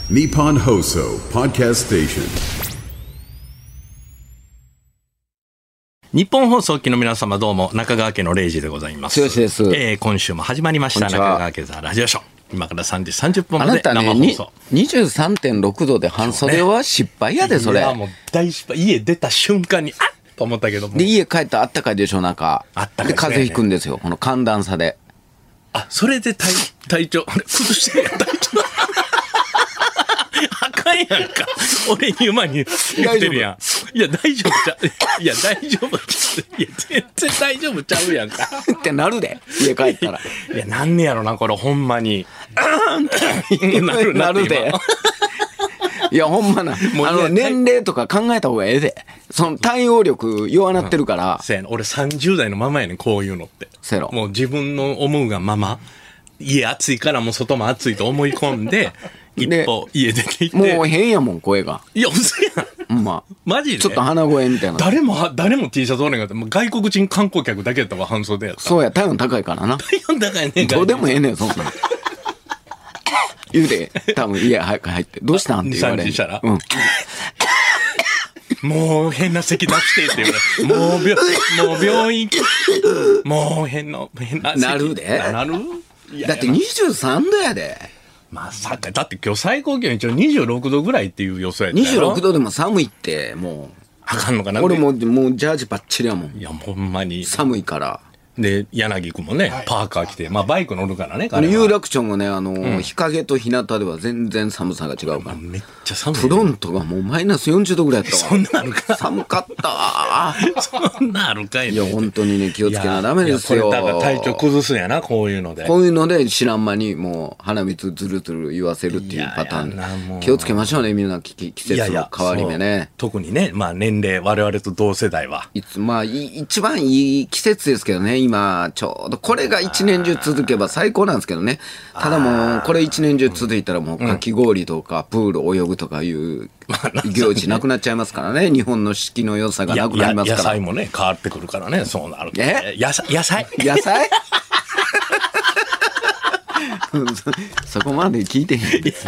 Nippon Hoso Podcast Station。 日本放送機の皆様どうも、中川家の0時でございます。 剛です。 今週も始まりました中川家ザラジオショー。今から3時30分まで生放送。 23.6 度で半袖は失敗やで、それ。 いやもう大失敗。家出た瞬間にあっと思ったけども。 で家帰ったらあったかいでしょ、中。 あったかいで風邪ひくんですよ、この寒暖差で。 あ、それで体調あれ崩してるやん、体調あかんやんか。俺に馬に言ってるやん。いや大丈夫ちゃう。いや大丈夫ちゃう。いや全然大丈夫ちゃうやんか。 ってなるで、家帰ったら。 いやなんねやろな、これほんまに。なるで。 いやほんまな、年齢とか考えた方がええで。その対応力弱なってるから。 せやね、俺30代のままやねん、こういうのって。 せろ。 もう自分の思うがまま、家暑いからもう外も暑いと思い込んで、一歩家出て行って。 もう変やもん、声が。 いや、嘘やん。マジでちょっと鼻声みたいな。 誰も T シャツおれんかった。もう外国人観光客だけやったわ、半袖やった。 そうや、体温高いからな。 体温高いねん。 どうでもええねん、そんな。言うで、多分家早く入って、どうしたんって言われる。 2、3時したら。もう変な席出してって言われる。もう病院、もう変な席。 なるで。 なる？ だって23度やで。 まさか、だって今日最高気温一応26度ぐらいっていう予想やったやろ。 26度でも寒いって、もう。 あかんのかな。 俺もうジャージバッチリやもん。 いや、ほんまに。 寒いから。 で、柳くんもね、パーカー着て、まあバイク乗るからね、 有楽町もね、日陰と日向では全然寒さが違うから。 めっちゃ寒い。 フロントがもうマイナス40度ぐらいやったわ。 そんなあるか。 寒かったわ。 そんなあるかいね。 いや、本当にね、気をつけなダメですよ。 これだから体調崩すんやな、こういうので。 こういうので知らん間にもう鼻水ずるずる言わせるっていうパターン。気をつけましょうね、みんな季節の変わり目ね。 特にね、まあ年齢、我々と同世代は。 まあ、一番いい季節ですけどね、今、ちょうど。これが一年中続けば最高なんですけどね。ただもう、これ一年中続いたらもう、かき氷とか、プール泳ぐとかいう行事なくなっちゃいますからね。日本の四季の良さがなくなりますから。 野菜もね、変わってくるからね、そうなると。野菜野菜そこまで聞いてへんです。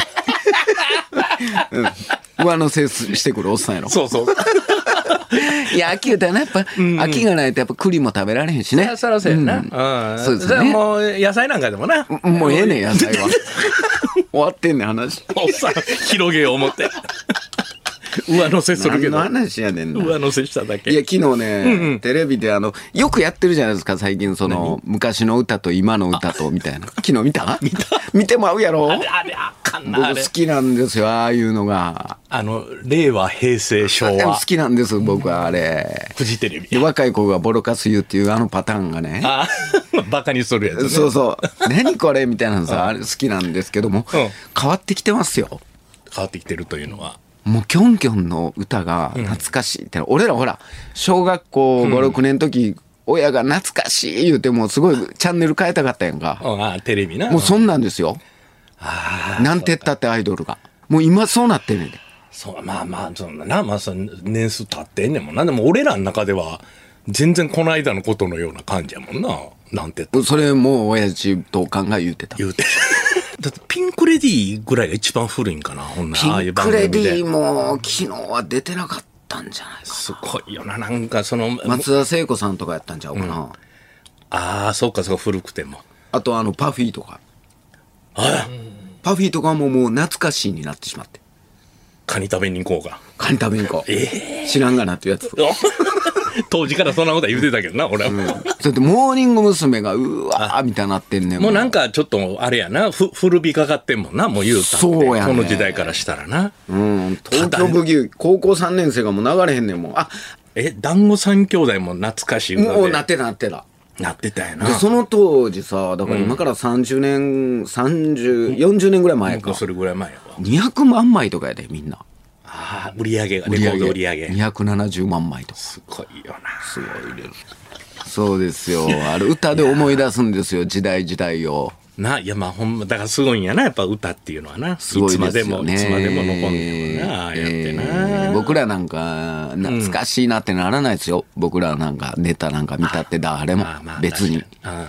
上乗せしてくるおっさんやろ。 そうそう。 いや、秋だな、やっぱ、秋がないとやっぱ栗も食べられへんしね。 そらそうやな。 そうですね。 もう野菜なんかでもな。 もうええねん、野菜は。終わってんねん、話。 おっさん、広げよう思って。上乗せするけど。 何の話やねんな。 上乗せしただけ。 いや、昨日ね、テレビでよくやってるじゃないですか、最近昔の歌と今の歌とみたいな。昨日見た見てまうやろ。 あれあかんな。 僕好きなんですよ、ああいうのが。 令和、平成、昭和。 好きなんです、僕はあれ。 フジテレビ。 で、若い子がボロカス言うっていうパターンがね。 バカにするやつね。 そうそう。何これみたいなのさ、あれ好きなんですけども、変わってきてますよ。 変わってきてるというのは。 もうキョンキョンの歌が懐かしいって、俺らほら小学校5、6年の時、親が懐かしい言うてもすごいチャンネル変えたかったやんか。 テレビな。 もうそんなんですよ。なんてったってアイドルがもう今そうなってんねんで。 そう、まあそんなな、まあその年数経ってんねんもんな。でも俺らの中では全然この間のことのような感じやもんな。なんてったそれもう親父とおかんが言うてた。 だってピンクレディーぐらいが一番古いんかな。ほんなピンクレディーも昨日は出てなかったんじゃないかな。 すごいよな。なんか松田聖子さんとかやったんちゃうかな。 ああ、そうか古くても。 あとパフィーとか。パフィーとかももう懐かしいになってしまって。 カニ食べに行こうか。 カニ食べに行こう。知らんがなっていうやつ。 当時からそんなことは言うてたけどな、俺は。 だってモーニング娘。がうわーみたいになってんねん。 もうなんかちょっとあれやな、古びかかってんもんな、もう言うたって。 そうやね。 この時代からしたらな。 東京ブギウギ高校3年生がもう流れへんねんもん。 団子三兄弟も懐かしい歌で。 もうなってたなってたやな。 でその当時さ、だから今から30年、40年ぐらい前か。 それぐらい前やわ。 200万枚とかやで、みんな。 売り上げが、レコード売り上げ。 270万枚とか。 すごいよな。 すごいです。そうですよ。歌で思い出すんですよ、時代を。 いやまあほんま、だからすごいんやな、やっぱ歌っていうのはな。 すごいですよね。 いつまでも残んねんもんな、やってな。 僕らなんか、懐かしいなってならないですよ。僕らなんか、ネタなんか見たって誰も、別に。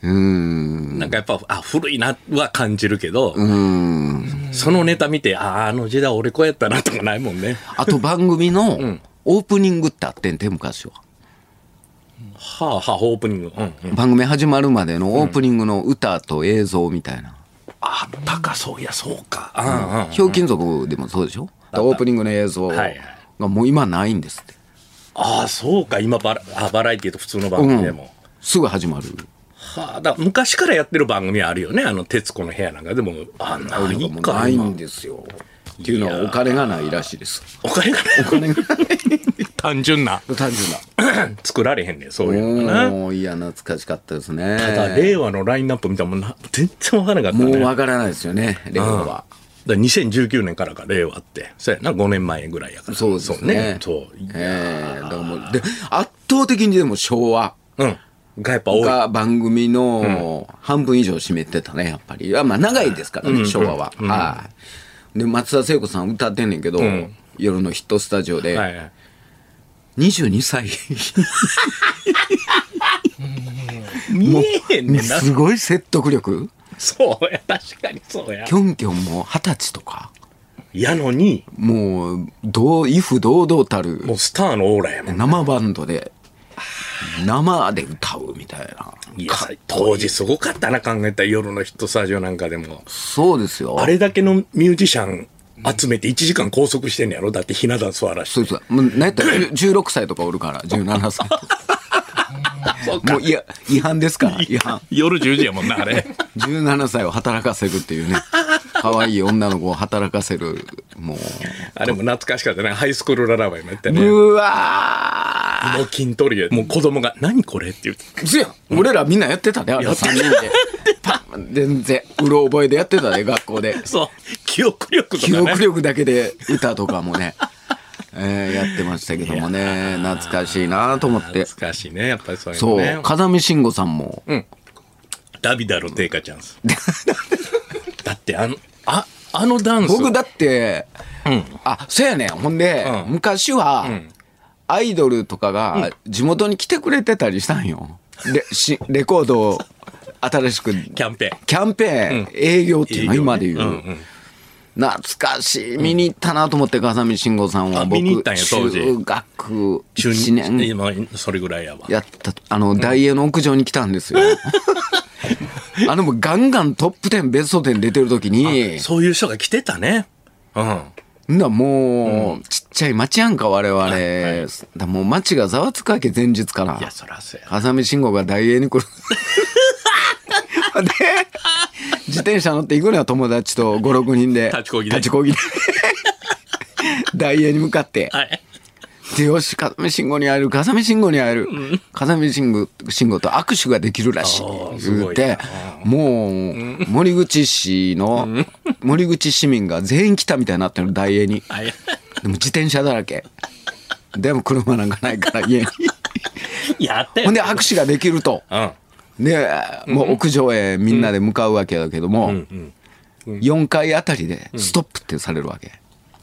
なんかやっぱ古いなは感じるけど、そのネタ見てあの時代俺こうやったなとかないもんね。 あと番組のオープニングってあってんて昔は。 はあオープニング、 番組始まるまでのオープニングの歌と映像みたいな。 あったか、そういやそうか。 ひょうきん族でもそうでしょ。オープニングの映像がもう今ないんですって。 そうか、今バラエティと普通の番組でも、 すぐ始まる。 だから昔からやってる番組あるよね。徹子の部屋なんかでもないか。 ないんですよ。っていうのはお金がないらしいです。 お金がない単純な作られへんねん、そういうのかな。 いや懐かしかったですね。 ただ令和のラインナップ見たらもう全然わからなかったね。 もうわからないですよね、令和は。 だから2019年からか令和ってそうやな、5年前ぐらいやから。 そうですね。 だからもうで圧倒的にでも昭和がやっぱ多い。 が番組の半分以上占めてたね、やっぱり。まあ長いですからね、昭和は。で松田聖子さん歌ってんねんけど、夜のヒットスタジオで22歳見えへんねんな。 すごい説得力。 そうや、確かにそうや。 キョンキョンも20歳とかやのにもう威風堂々たるもうスターのオーラやもん。 生バンドで生で歌うみたいな。 いや当時すごかったな、考えたら夜のヒットスタジオなんかでも。 そうですよ。 あれだけのミュージシャン集めて1時間拘束してんねやろ。だってひな壇座らして。 そうもう何やったら16歳とかおるから17歳とかもういや違反ですから。違反。 夜10時やもんなあれ。 17歳を働かせるっていうね、可愛い女の子を働かせる。もうあれも懐かしかったね。ハイスクールララバイもやってね。 うわもう筋トレやもう子供が何これって言って。 そや俺らみんなやってたね、あれ3人で全然うろ覚えでやってたね、学校で。 そう記憶力とかね。 記憶力だけで歌とかもねやってましたけどもね。懐かしいなと思って。 懐かしいね、やっぱりそういうのね。 そう風見慎吾さんも、 ダビダロテイカチャンスだってあのダンス僕だって、そうやねん。ほんで、昔は、アイドルとかが地元に来てくれてたりしたんよ。レコードを新しくキャンペーン、営業っていうの今で言う、懐かしい。見に行ったなと思って、風見慎吾さんは。僕見に行ったんや当時。 中学1年今それぐらいやわ。 やった大英の屋上に来たんですよもうガンガントップ10ベスト10出てる時にそういう人が来てたね。 もう、ちっちゃい町やんか我々、だもう町がざわつくわけ、前日から。 いやそらそうや。 風見慎吾が大英に来るで自転車乗って行くのよ、友達と5、6人で立ちこぎで大英に向かって、でよし風見慎吾に会える、風見慎吾と握手ができるらしい言うて、もう森口市民が全員来たみたいになってる、大英に。でも自転車だらけでも車なんかないから家にやったよ。 ほんで握手ができると、でもう屋上へみんなで向かうわけだけども、4階あたりでストップってされるわけ。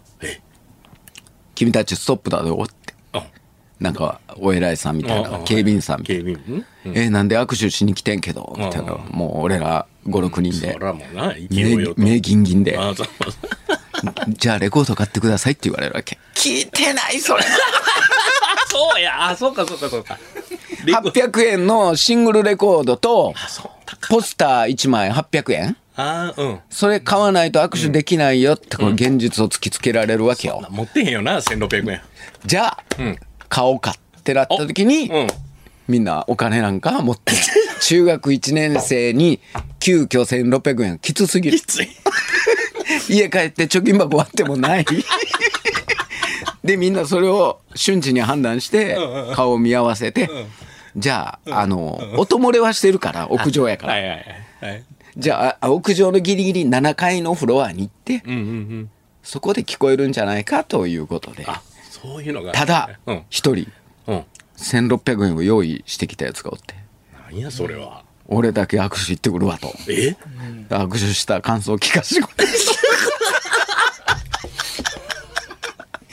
君たちストップだよって、なんかお偉いさんみたいな、警備員さんみたいな、なんで握手しに来てんけどみたいな、もう俺ら5、6人で目ギンギンでじゃあレコード買ってくださいって言われるわけ。聞いてないそれそうや、そうか 800円のシングルレコードとポスター1枚800円、それ買わないと握手できないよってこの現実を突きつけられるわけよ。 持ってへんよな1600円。 じゃあ、買おうかってなった時に、みんなお金なんか持って中学1年生に急遽1600円きつすぎる。家帰って貯金箱あってもないでみんなそれを瞬時に判断して顔を見合わせて、じゃあ音漏れはしてるから屋上やから、じゃあ屋上のギリギリ7階のフロアに行って、そこで聞こえるんじゃないかということで、 そういうのがただ一人1600円を用意してきたやつがおって、 何やそれは。 俺だけ握手行ってくるわと。握手した感想を聞かせてくれ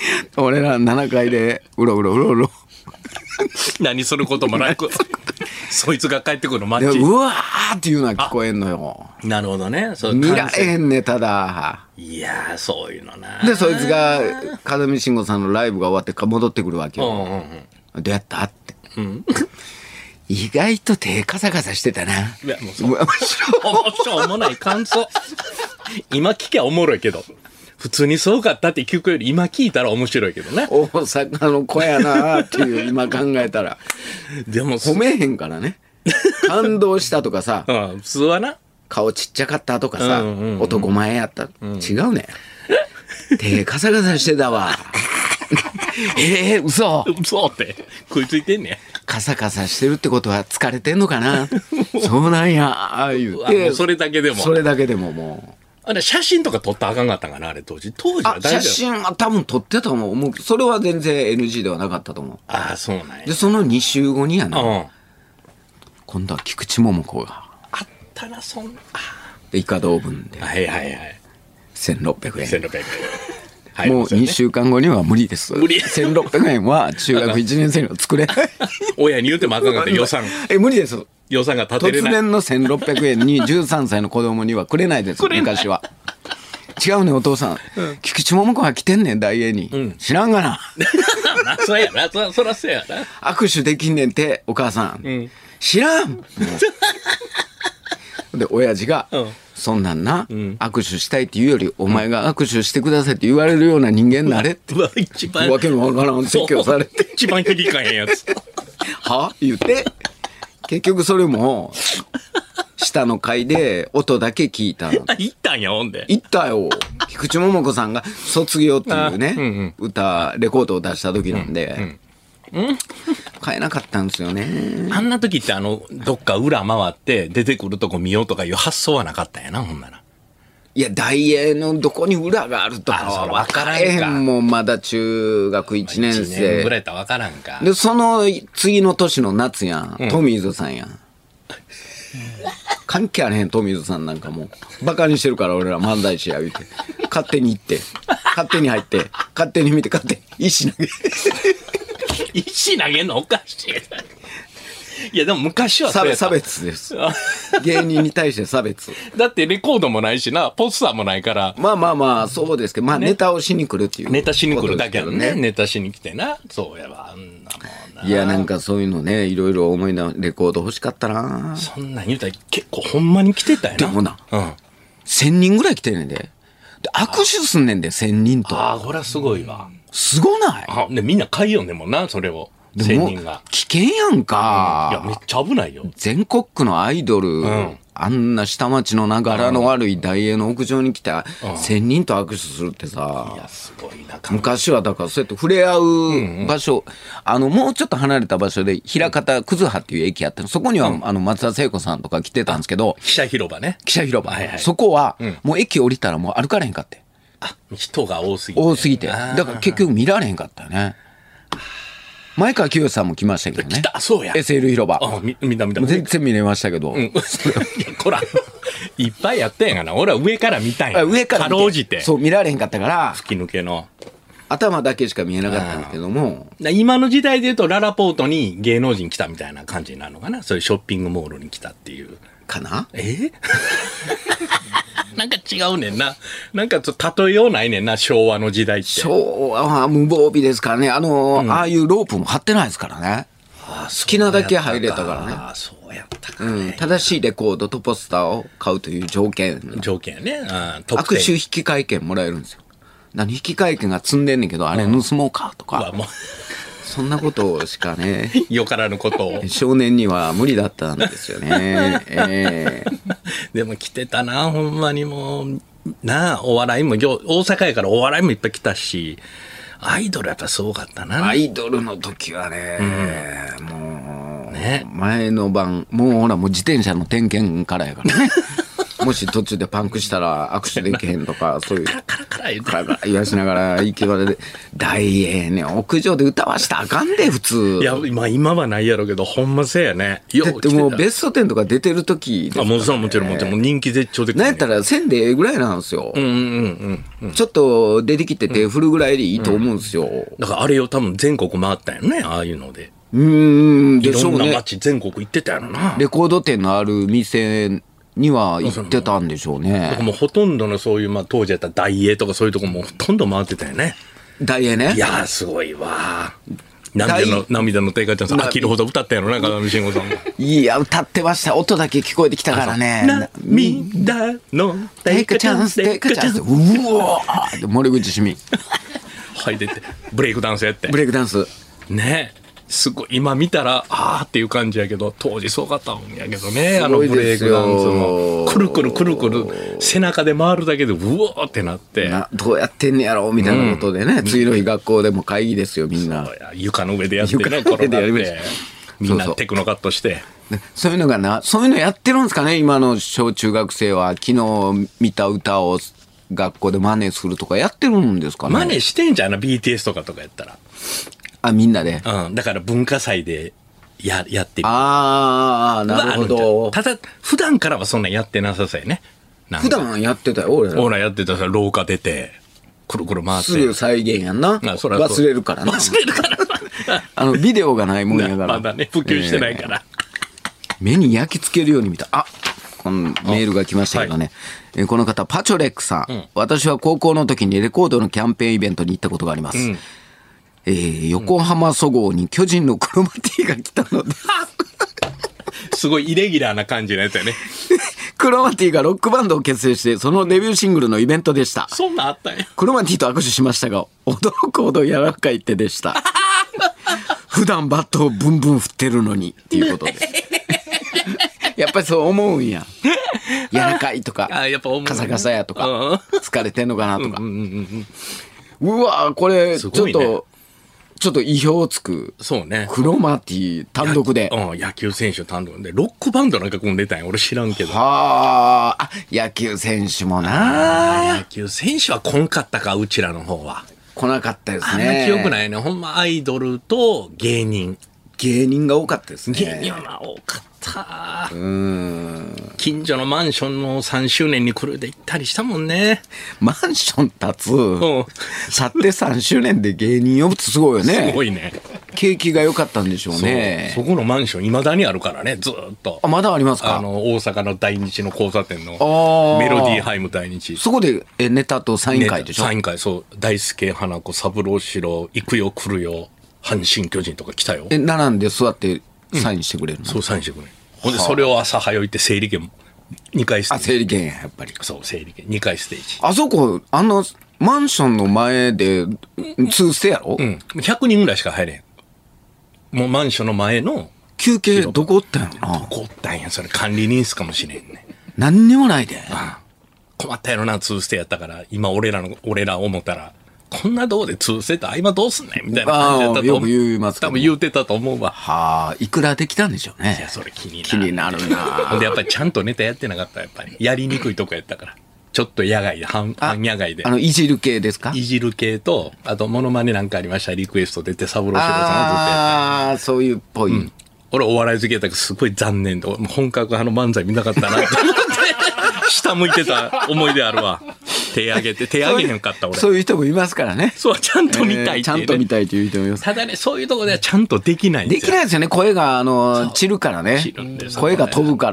俺ら7階でうろうろ何することもなくそいつが帰ってくる街。 うわーっていうのは聞こえんのよ。 なるほどね。そう見られへんね、ただ。 いやー、そういうのな。 で、そいつが、風見慎吾さんのライブが終わって戻ってくるわけよ。どうやったって。意外と手カサカサしてたな。 いや、もうそう。面白いもない感想。今聞きゃおもろいけど。普通にそうかったって聞くより今聞いたら面白いけどね。 大阪の子やなーっていう今考えたら。 でも褒めへんからね。感動したとかさ。 普通はな。 顔ちっちゃかったとかさ。男前やった。違うね。手カサカサしてたわ。嘘って食いついてんねん。 カサカサしてるってことは疲れてんのかな。そうなんや言うて。 もうそれだけでも。 それだけでももう。 あれ写真とか撮ったらあかんかったんかなあれ当時は大丈夫。 写真は多分撮ってたと思う。それは全然 NG ではなかったと思う。 ああそうなんや。 でその2週後にやな、今度は菊池桃子があったなそんな。 でイカ同分ではいはいはい 1600円。 1600 円もう2週間後には無理です。 無理。 1600円は中学1年生には作れない。 親に言うてもあかんかった予算。 無理です。 予算が立てれない。 突然の1600円に13歳の子供にはくれないです。昔は。違うねお父さん。菊池桃子が来てんねん大英に。知らんがな。 そうやな。そらそうやな。 握手できんねんてお母さん。知らん。で親父が。そんなんな、握手したいっていうより、お前が握手してくださいって言われるような人間になれって、 一番わけのわからん説教されて一番響かへんやつは言って結局それも下の階で音だけ聞いたの。 行ったんやほんで。 行ったよ。菊池桃子さんが卒業っていうね、歌レコードを出した時なんで、買えなかったんですよね。 あんな時ってどっか裏回って出てくるとこ見ようとかいう発想はなかったんやなほんなら。 いや大英のどこに裏があるとかは分からへんもん。まだ中学1年生 1年ぐらいと分からんか。 でその次の年の夏やん、トミーズさんやん。関係あれへんトミーズさんなんかもうバカにしてるから俺ら漫才師や言うて勝手に行って勝手に入って勝手に見て勝手に石投げ石投げんのおかしい。いやでも昔はそうやった。 差別です。芸人に対して差別。 だってレコードもないしな、ポスターもないから。 まあそうですけど、ネタをしに来るっていう、 ネタしに来るだけやね。ネタしに来てな。そうやわ。あんなもんな。 いやなんかそういうのね、いろいろ思いなレコード欲しかったな。 そんなん言うたら結構ほんまに来てたよな。 でもな、1000人ぐらい来てんねんで。握手すんねんで1000人と。 ああこれはすごいわ。 すごない？ でみんな買いよんねんもんなそれを。1000人が危険やんか。 いやめっちゃ危ないよ。 全国区のアイドル、あんな下町のながらの悪い大英の屋上に来て1000人と握手するってさ。 いやすごいな。 昔はだからそうやって触れ合う場所、もうちょっと離れた場所で枚方葛葉っていう駅あってそこには松田聖子さんとか来てたんですけど、 記者広場ね。 記者広場、そこはもう駅降りたらもう歩かれへんかって。 人が多すぎてだから結局見られへんかったよね。前川清さんも来ましたけどね。 来た、そうや。 SL 広場。 見た。 全然見れましたけど。 こら、いっぱいやったんやがな。俺は上から見たんや。 上からかろうじて。 そう、見られへんかったから。 吹き抜けの。 頭だけしか見えなかったんですけども。 今の時代で言うと、ララポートに芸能人来たみたいな感じになるのかな。そういうショッピングモールに来たっていう。 かな？ なんか違うねんな。なんか例えようないねんな、昭和の時代って。 昭和は無防備ですからね。ああいうロープも張ってないですからね。好きなだけ入れたからね。 ああ、そうやったかね。 正しいレコードとポスターを買うという条件やね。握手引換券もらえるんですよ。引換券が積んでんねんけど、あれ盗もうかとか。そんなことしかね。 よからぬことを。 少年には無理だったんですよね。 でも来てたな、ほんまにもう。なあ、お笑いも、大阪やからお笑いもいっぱい来たし、アイドルやっぱすごかったな。 アイドルの時はね、もう、前の晩、もうほら、もう自転車の点検からやからね。もし途中でパンクしたら握手できへんとか、そういう。カラカラ言わしながら行き場で、大英ね、屋上で歌わしたらあかんで、普通。 いや、今はないやろうけど、ほんませやね。 だってもうベスト10とか出てる時ですから、ね。 もちろん、人気絶頂で。 なんやったら1000でええぐらいなんですよ。ちょっと出てきて手振るぐらいでいいと思うんですよ。 だからあれを多分全国回ったんよね、ああいうので。 いろんなでしょうね。 街全国行ってたやろな。 レコード店のある店には行ってたんでしょうだからね。 もうほとんどのそういう、まあ当時やったらダイエーとかそういうとこもほとんど回ってたよね。 ダイエーねい。やーすごいわ涙の低下ちゃんさん飽きるほど歌ったやろな風見慎吾さんもいや、歌ってました。音だけ聞こえてきたからね。 涙のテイク低下チャンスチャンス、テイクチャンス。うわー森口市民。 はい出てブレイクダンスやってブレイクダンス。 ねすごい今見たらあーっていう感じやけど当時すごかったんやけどねあのブレイクダンスもくるくるくるくる背中で回るだけでうわーってなってどうやってんねやろみたいなことでね、次の日学校でも会議ですよ、みんな。 床の上でやってね床の上でやりました転がってみんなテクノカットしてねそういうのがな、そういうのやってるんですかね、今の小中学生は。昨日見た歌を学校で真似するとかやってるんですかね。 真似してんじゃんBTS とかやったらあ、みんなで。 うん、だから文化祭でやってる。 ああ、なるほど。 ただ、普段からはそんなんやってなさそうやね。なんか普段やってたよ、俺ら。 オーラやってたら廊下出て、くるくる回って。 すぐ再現やんな。 あそらそう忘れるからな。 忘れるから。 ビデオがないもんやから。 まだね、普及してないから。 目に焼き付けるように見た。あ、このメールが来ましたけどね。この方、パチョレックさん。私は高校の時にレコードのキャンペーンイベントに行ったことがあります。横浜そごうに巨人のクロマティが来たのですごいイレギュラーな感じのやつやね。 クロマティがロックバンドを結成してそのデビューシングルのイベントでした。 そんなんあったんや。 クロマティと握手しましたが驚くほど柔らかい手でした普段バットをブンブン振ってるのにっていうことですやっぱりそう思うんや。柔らかいとかやっぱ思うカサカサやとかうん疲れてんのかなとかうわこれちょっと、 すごいねちょっと意表つく。 そうね。 クロマティ単独で。 野球選手単独で。ロックバンドなんか組んでたんや。俺知らんけど。 はあ、野球選手もな。 野球選手は来んかったか、うちらの方は。 来なかったですね。 あんま記憶ないね。ほんまアイドルと芸人。 芸人が多かったですね。 芸人は多かった。近所のマンションの3周年に来るで行ったりしたもんね。 マンション建つ、去って3周年で芸人呼ぶってすごいよね。 すごいね。 景気が良かったんでしょうね。 そこのマンション未だにあるからね、ずーっと。 あ、まだありますか。 大阪の大日の交差点のメロディーハイム大日。 そこでネタとサイン会でしょ。 サイン会、そう。大輔花子、三郎四郎、行くよ来るよ、阪神巨人とか来たよ。 並んで座ってサインしてくれるの、 そう、サインしてくれる。ほんで、それを朝早行って整理券も2回ステージ。 整理券やっぱり。 そう、整理券2回ステージ。 あそこマンションの前で通ステやろ。 100人ぐらいしか入れん。もうマンションの前の休憩どこおったんやろな。 どこおったんや。それ管理人室かもしれんね。 何にもないで。 困ったやろな、2ステやったから。今俺ら思ったら、こんなとこで2ステと今どうすんねんみたいな感じだったと思う。 よく言いますけど。 多分言うてたと思うわ。 はあ、いくらできたんでしょうね。 いや、それ気になる。 気になるな。 で、やっぱりちゃんとネタやってなかった、やっぱり。やりにくいとこやったから。ちょっと野外で、半野外で。 いじる系ですか。 いじる系と、あと、モノマネなんかありました。リクエスト出て、三郎四郎さんがずっとやって。 ああ、そういうっぽい。 俺、お笑い好きやったから、すごい残念で、本格派の漫才見なかったなって思って、下向いてた思い出あるわ。手上げへんかった俺。 そういう人もいますからね。 そう、ちゃんと見たいっていうね。 ちゃんと見たいという人もいます。 ただね、そういうところではちゃんとできないんですよ。 できないですよね。声が、散るからね。 散るんです。 声が飛ぶから。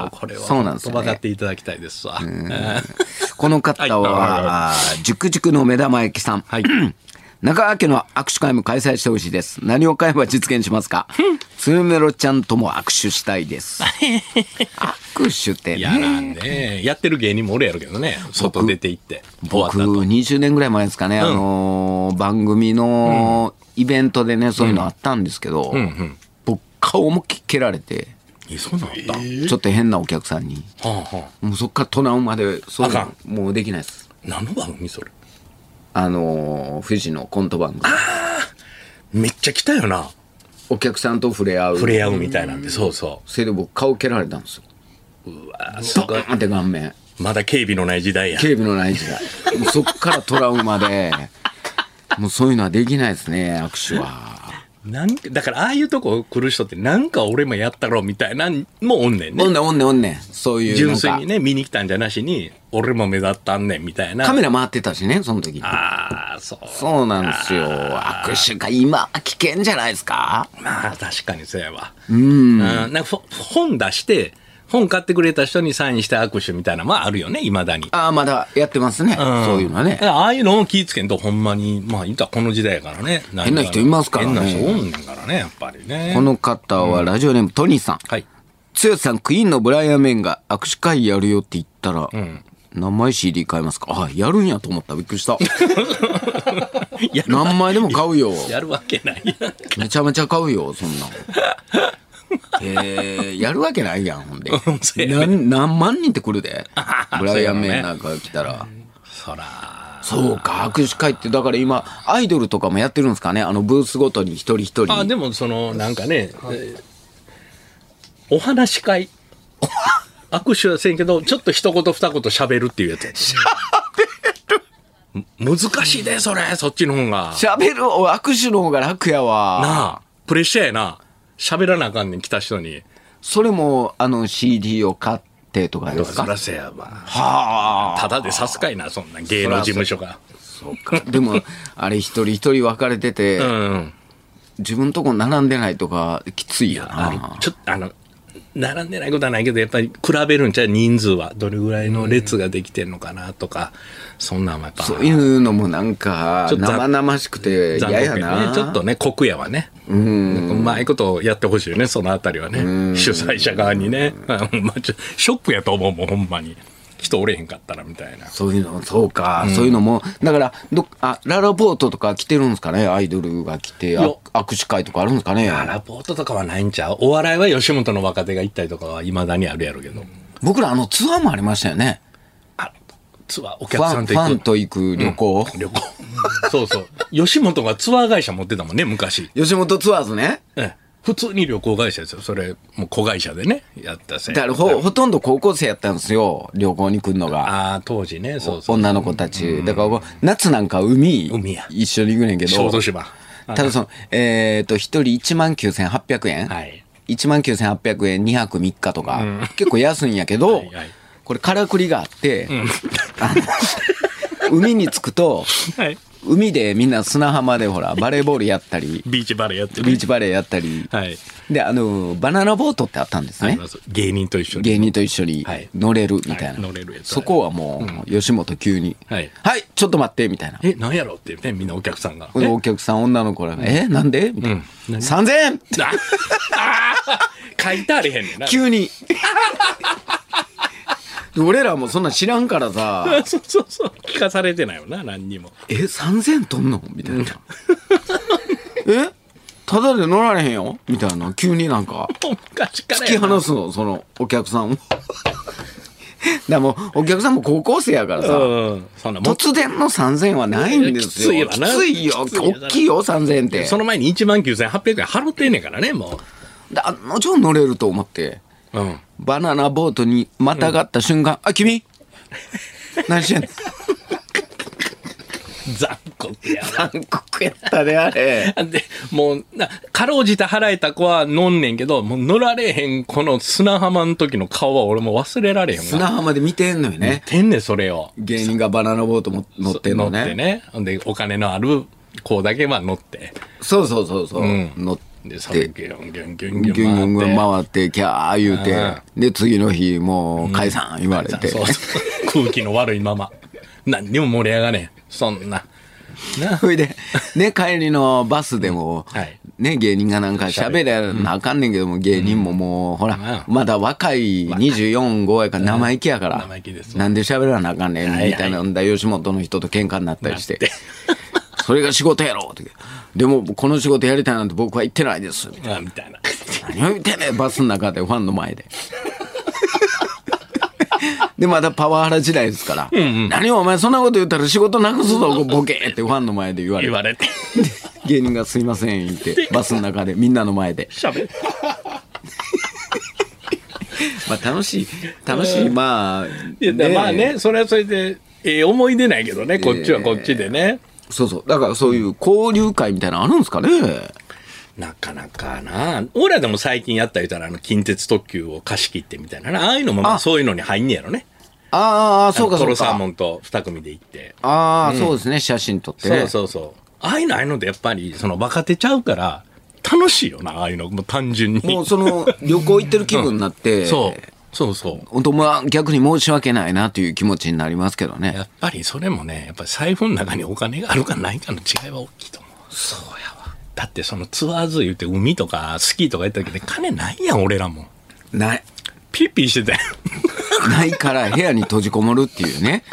そう、これは。 そうなんですよね。 分かっていただきたいですわ。 この方は、熟々の目玉焼きさん。 はい。 中川家の握手会も開催してほしいです。何を買えば実現しますか。つゆめろちゃんとも握手したいです。握手ってね。 いやなんで、やってる芸人もおるやろうけどね。外出て行って。 僕、20年ぐらい前ですかね。番組のイベントでね、そういうのあったんですけど、僕、顔思いっきり蹴られて。 そうなんだ。 ちょっと変なお客さんに。もうそっからトラウマで、そういうのもうできないです。 何の番組それ。 富士のコント番組。 めっちゃ来たよな。 お客さんと触れ合うみたいなんで、そうそう。 それで僕顔蹴られたんですよ。 うわすごい。 ドーンって顔面。 まだ警備のない時代や。 警備のない時代。もうそっからトラウマで、もうそういうのはできないですね、握手は。 だからああいうとこ来る人ってなんか俺もやったろみたいなんもおんねんね。 おんねん。そういう。 純粋にね、見に来たんじゃなしに、俺も目立ったんねんみたいな。 カメラ回ってたしね、その時に。 そうなんですよ。握手会、今、危険じゃないですか。 まあ、確かにそうやわ。なんか本出して、本買ってくれた人にサインして握手みたいな、まああるよね、未だに。 ああ、まだやってますね。そういうのはね。 ああいうのを気ぃつけんと、ほんまに、まあ、言ったらこの時代やからね。 変な人いますからね。 変な人おんねんからね、やっぱりね。 この方はラジオネームトニーさん。 はい。 剛さん、クイーンのブライアン・メンが握手会やるよって言ったら、何枚 CD 買いますか？あ、やるんやと思った。びっくりした。何枚でも買うよ。 やるわけないやん。 めちゃめちゃ買うよ、そんなん。やるわけないやん、ほんで。何万人って来るで。ブライアン・メンなんか来たら。そうか、握手会って、だから今、アイドルとかもやってるんですかね、ブースごとに一人一人。 あ、でも、なんかね、お話し会。握手はせんけど、ちょっと一言二言喋るっていうやつや。難しいで、それ、そっちの方が。 喋る、握手の方が楽やわ。 なあ、プレッシャーやな。喋らなあかんねん、来た人に。 それも、CD を買ってとかですか？ そらせやわ。 はあ。 ただでさすかいな、そんな芸能事務所が。 そうか。でも、あれ一人一人分かれてて、自分とこ並んでないとか、きついやな。 ちょっと並んでないことはないけど、やっぱり比べるんちゃう、人数はどれぐらいの列ができてるのかなとか、そんなんはやっぱそういうのもなんか生々しくて嫌やな。 ちょっとね、酷やわね。うまいことやってほしいよね、そのあたりはね。主催者側にね。まあ、ショックやと思うもん、ほんまに。人おれへんかったらみたいな。 そういうの、そうか、そういうのも、だからララポートとか来てるんですかね、アイドルが来て、握手会とかあるんですかね。 ララポートとかはないんちゃう。お笑いは吉本の若手が行ったりとかはいまだにあるやろうけど。 僕らツアーもありましたよね。 ツアー、お客さんと行く。 ファンと行く旅行。 旅行。そうそう。吉本がツアー会社持ってたもんね、昔。 吉本ツアーズね。 普通に旅行会社ですよ。それ、もう子会社でね、やったせい。 だからほとんど高校生やったんですよ、旅行に来るのが。 ああ、当時ね、そうそう。 女の子たち。だから夏なんか海一緒に行くねんけど。 小豆島。 ただ一人19,800円。 はい。 19,800円2泊3日とか、結構安いんやけど、これからくりがあって、海に着くと、海でみんな砂浜でほらバレーボールやったりビーチバレーやってビーチバレーやったり、でバナナボートってあったんですね。 芸人と一緒に乗れるみたいな。そこはもう吉本急にはいちょっと待ってみたいな。 何やろってね、みんなお客さんがお客さん女の子らがなんでみたいな。3000円書いてあれへんねんな、 急に。俺らもそんな知らんからさ。 そう聞かされてないよな、何にも。 3000取んのみたいな。ただで乗られへんよみたいな。急になんか突き放すの、そのお客さんを。だもうお客さんも高校生やからさ、突然の3000円はないんですよ。きついよ、大きいよ3000円って。 その前に19,800円払ってんねんからね、もう。もちろん乗れると思って、バナナボートにまたがった瞬間、あ、君何してんの。 残酷やな。残酷やったね、あれ。 で、もう、かろうじて払えた子は乗んねんけど、もう乗られへん、この砂浜の時の顔は俺も忘れられへんわ。 砂浜で見てんのよね。 見てんねん、それを。 芸人がバナナボートも乗ってんのね。 乗ってね。で、お金のある子だけは乗って。 そう。乗って。 で、それギュンギュンギュンギュンギュン回って、キャー言うて、で、次の日、もう解散言われて。 空気の悪いまま。何にも盛り上がれん。そんな。 それで、ね、帰りのバスでも、ね、芸人がなんか喋らなあかんねんけども、芸人ももう、ほら、まだ若い24、5やから生意気やから、なんで喋らなあかんねんみたいな、吉本の人と喧嘩になったりして。それが仕事やろって。でもこの仕事やりたいなんて僕は言ってないですみたいな。何を言ってんねんバスの中でファンの前で。でまだパワハラ時代ですから、何をお前そんなこと言ったら仕事なくすぞボケってファンの前で言われて芸人がすいません言ってバスの中でみんなの前で喋まあ楽しいまあまあね、それはそれで思い出ないけどね、こっちはこっちでね。 そうだからそういう交流会みたいなのあるんですかね。 なかなかな。俺らでも最近やった言うたら近鉄特急を貸し切ってみたいな、ああいうのもまあそういうのに入んねやろね。 ああ、そうかそうか。 トロサーモンと2組で行って。 ああ、そうですね。写真撮ってね。 そう。ああいうのでやっぱりその若手ちゃうから楽しいよな、ああいうのもう単純に。 もうその旅行行ってる気分になって、 そう。 本当まあ逆に申し訳ないなという気持ちになりますけどね。 やっぱりそれもね、やっぱり財布の中にお金があるかないかの違いは大きいと思う。 そうやわ。 だってそのツアーズ言って海とかスキーとか行った時で金ないやん、俺らも。 ない。 ピッピーしてたよ。 ないから部屋に閉じこもるっていうね。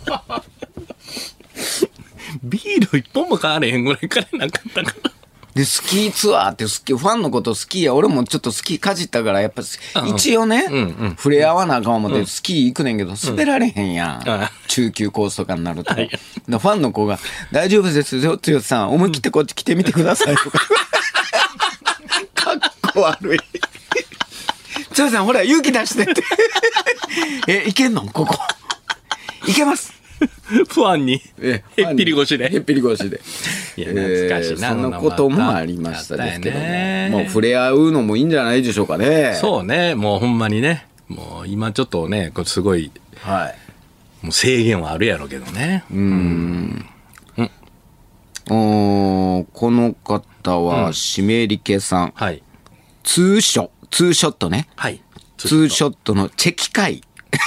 ビール一本も買われへんぐらい金なかったから。 で、スキーツアーってファンのことスキーや、俺もちょっとスキーかじったから、やっぱ、一応ね、触れ合わなあかん思ってスキー行くねんけど、滑られへんやん。中級コースとかになると。ファンの子が、大丈夫ですよ、剛さん、思い切ってこっち来てみてくださいとか。かっこ悪い。剛さん、ほら、勇気出してって。いけんのここ。いけます。 ファンにへっぴり腰で。 へっぴり腰で。 いや、懐かしいな。 そんなこともありましたですけども。もう触れ合うのもいいんじゃないでしょうかね。 そうね。もうほんまにね。もう今ちょっとね、これすごい、 はい。 もう制限はあるやろうけどね。 この方は、しめりけさん。 はい。 ツーショットね。 はい。 ツーショットのチェキ会。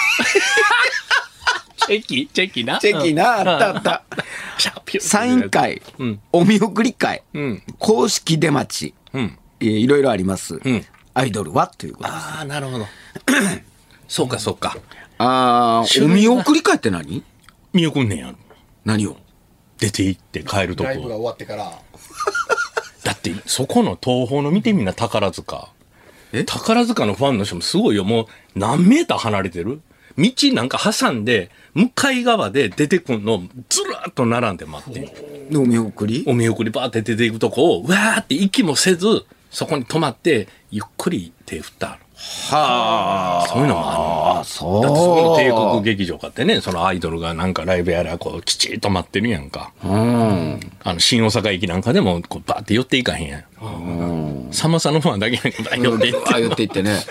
チェキな。 あった。サイン会、お見送り会、公式出待ち、いろいろあります。アイドルはということです。 ああ、なるほど。そうか。 お見送り会って何？ 見送んねんや。 何を？ 出て行って帰るとこ。 ライブが終わってから。 だってそこの東宝の見てみんな宝塚。宝塚のファンの人もすごいよ。もう何メーター離れてる？道なんか挟んで向かい側で出てくんのずらっと並んで待ってお見送りバーって出ていくとこをわーって息もせずそこに止まってゆっくり手振ったある。 はあ、 そういうのもあるの。 そうだってそこの帝国劇場かってね、そのアイドルがなんかライブやらこうきちっと待ってるやんか。新大阪駅なんかでもこうバーって寄っていかへんやん。さまさのファンだけなんか寄っていってね。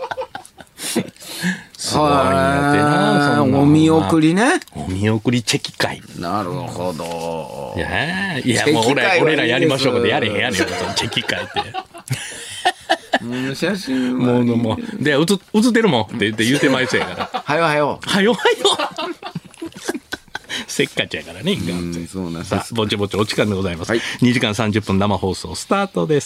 すごいんやってな。 お見送りね。 お見送りチェキ会。 なるほど。 いやもう俺らやりましょうかでやれへんやねんそのチェキ会って。 写真もうで映ってるもんって言ってまいそうやから。 はよ。 せっかちやからね。 そうなんです。 さあぼちぼちお時間でございます。2時間30分生放送スタートです。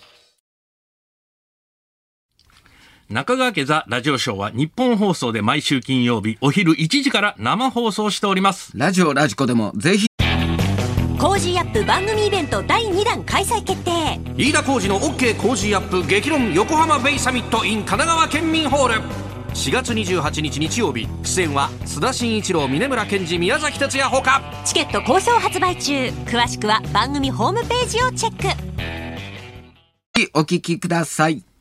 中川家ザラジオショーは日本放送で毎週金曜日お昼1時から生放送しております。 ラジコでもぜひ。 コージーアップ番組イベント第2弾開催決定。 飯田浩司の OK コージーアップ激論横浜ベイサミット in 神奈川県民ホール。4月28日日曜日、出演は須田慎一郎、峯村健二、宮崎哲也ほか。 チケット好評発売中。詳しくは番組ホームページをチェック。 お聞きください。